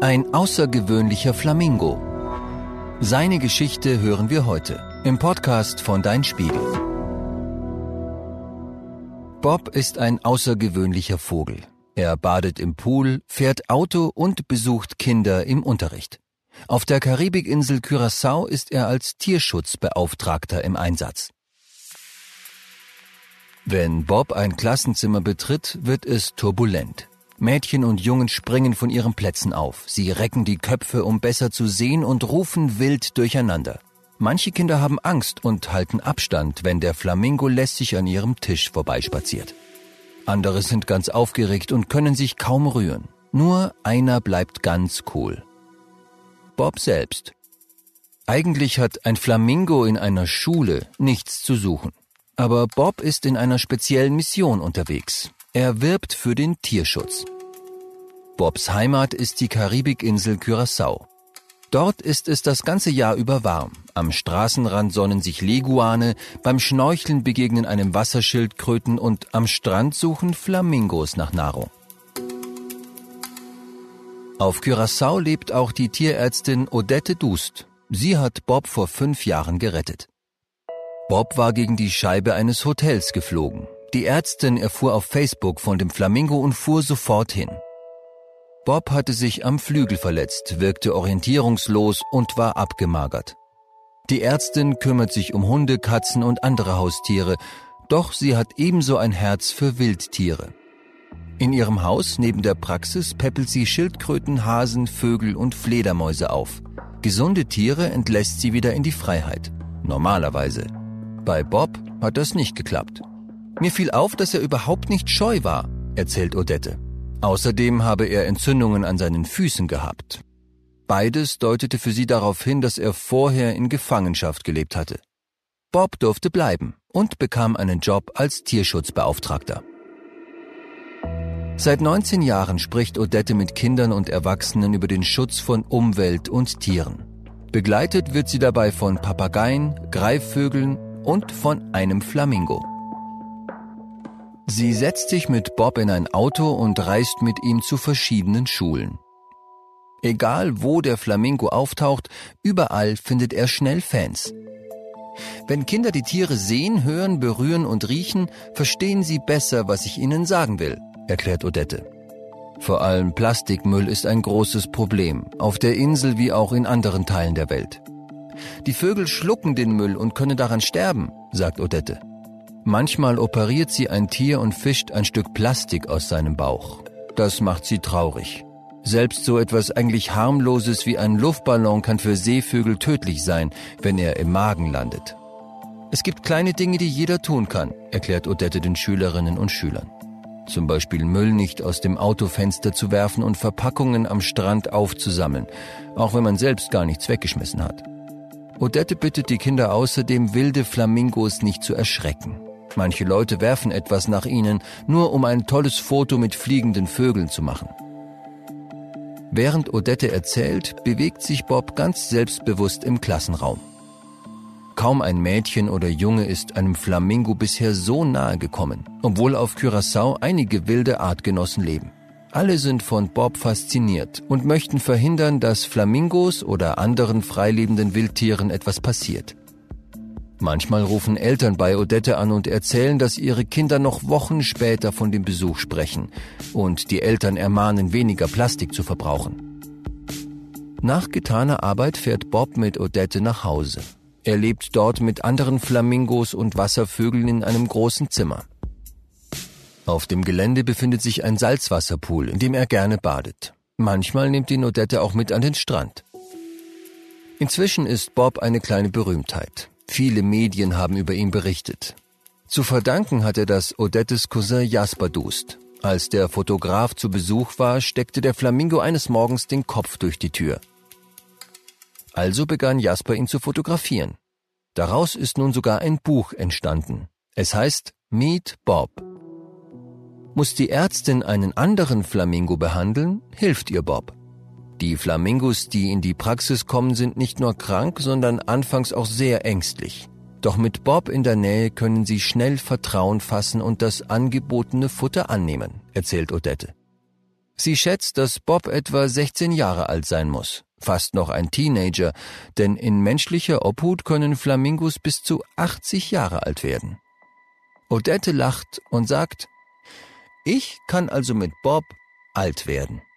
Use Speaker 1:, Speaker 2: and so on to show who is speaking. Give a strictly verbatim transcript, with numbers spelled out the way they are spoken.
Speaker 1: Ein außergewöhnlicher Flamingo. Seine Geschichte hören wir heute im Podcast von Dein Spiegel. Bob ist ein außergewöhnlicher Vogel. Er badet im Pool, fährt Auto und besucht Kinder im Unterricht. Auf der Karibikinsel Curaçao ist er als Tierschutzbeauftragter im Einsatz. Wenn Bob ein Klassenzimmer betritt, wird es turbulent. Mädchen und Jungen springen von ihren Plätzen auf. Sie recken die Köpfe, um besser zu sehen, und rufen wild durcheinander. Manche Kinder haben Angst und halten Abstand, wenn der Flamingo lässig an ihrem Tisch vorbeispaziert. Andere sind ganz aufgeregt und können sich kaum rühren. Nur einer bleibt ganz cool. Bob selbst. Eigentlich hat ein Flamingo in einer Schule nichts zu suchen. Aber Bob ist in einer speziellen Mission unterwegs. Er wirbt für den Tierschutz. Bobs Heimat ist die Karibikinsel Curaçao. Dort ist es das ganze Jahr über warm. Am Straßenrand sonnen sich Leguane, beim Schnorcheln begegnen einem Wasserschildkröten und am Strand suchen Flamingos nach Nahrung. Auf Curaçao lebt auch die Tierärztin Odette Dust. Sie hat Bob vor fünf Jahren gerettet. Bob war gegen die Scheibe eines Hotels geflogen. Die Ärztin erfuhr auf Facebook von dem Flamingo und fuhr sofort hin. Bob hatte sich am Flügel verletzt, wirkte orientierungslos und war abgemagert. Die Ärztin kümmert sich um Hunde, Katzen und andere Haustiere, doch sie hat ebenso ein Herz für Wildtiere. In ihrem Haus neben der Praxis päppelt sie Schildkröten, Hasen, Vögel und Fledermäuse auf. Gesunde Tiere entlässt sie wieder in die Freiheit. Normalerweise. Bei Bob hat das nicht geklappt. Mir fiel auf, dass er überhaupt nicht scheu war, erzählt Odette. Außerdem habe er Entzündungen an seinen Füßen gehabt. Beides deutete für sie darauf hin, dass er vorher in Gefangenschaft gelebt hatte. Bob durfte bleiben und bekam einen Job als Tierschutzbeauftragter. Seit neunzehn Jahren spricht Odette mit Kindern und Erwachsenen über den Schutz von Umwelt und Tieren. Begleitet wird sie dabei von Papageien, Greifvögeln und von einem Flamingo. Sie setzt sich mit Bob in ein Auto und reist mit ihm zu verschiedenen Schulen. Egal wo der Flamingo auftaucht, überall findet er schnell Fans. Wenn Kinder die Tiere sehen, hören, berühren und riechen, verstehen sie besser, was ich ihnen sagen will, erklärt Odette. Vor allem Plastikmüll ist ein großes Problem, auf der Insel wie auch in anderen Teilen der Welt. Die Vögel schlucken den Müll und können daran sterben, sagt Odette. Manchmal operiert sie ein Tier und fischt ein Stück Plastik aus seinem Bauch. Das macht sie traurig. Selbst so etwas eigentlich harmloses wie ein Luftballon kann für Seevögel tödlich sein, wenn er im Magen landet. Es gibt kleine Dinge, die jeder tun kann, erklärt Odette den Schülerinnen und Schülern. Zum Beispiel Müll nicht aus dem Autofenster zu werfen und Verpackungen am Strand aufzusammeln, auch wenn man selbst gar nichts weggeschmissen hat. Odette bittet die Kinder außerdem, wilde Flamingos nicht zu erschrecken. Manche Leute werfen etwas nach ihnen, nur um ein tolles Foto mit fliegenden Vögeln zu machen. Während Odette erzählt, bewegt sich Bob ganz selbstbewusst im Klassenraum. Kaum ein Mädchen oder Junge ist einem Flamingo bisher so nahe gekommen, obwohl auf Curaçao einige wilde Artgenossen leben. Alle sind von Bob fasziniert und möchten verhindern, dass Flamingos oder anderen freilebenden Wildtieren etwas passiert. Manchmal rufen Eltern bei Odette an und erzählen, dass ihre Kinder noch Wochen später von dem Besuch sprechen und die Eltern ermahnen, weniger Plastik zu verbrauchen. Nach getaner Arbeit fährt Bob mit Odette nach Hause. Er lebt dort mit anderen Flamingos und Wasservögeln in einem großen Zimmer. Auf dem Gelände befindet sich ein Salzwasserpool, in dem er gerne badet. Manchmal nimmt ihn Odette auch mit an den Strand. Inzwischen ist Bob eine kleine Berühmtheit. Viele Medien haben über ihn berichtet. Zu verdanken hat er das Odettes Cousin Jasper Dust. Als der Fotograf zu Besuch war, steckte der Flamingo eines Morgens den Kopf durch die Tür. Also begann Jasper, ihn zu fotografieren. Daraus ist nun sogar ein Buch entstanden. Es heißt Meet Bob. Muss die Ärztin einen anderen Flamingo behandeln, hilft ihr Bob. Die Flamingos, die in die Praxis kommen, sind nicht nur krank, sondern anfangs auch sehr ängstlich. Doch mit Bob in der Nähe können sie schnell Vertrauen fassen und das angebotene Futter annehmen, erzählt Odette. Sie schätzt, dass Bob etwa sechzehn Jahre alt sein muss, fast noch ein Teenager, denn in menschlicher Obhut können Flamingos bis zu achtzig Jahre alt werden. Odette lacht und sagt, ich kann also mit Bob alt werden.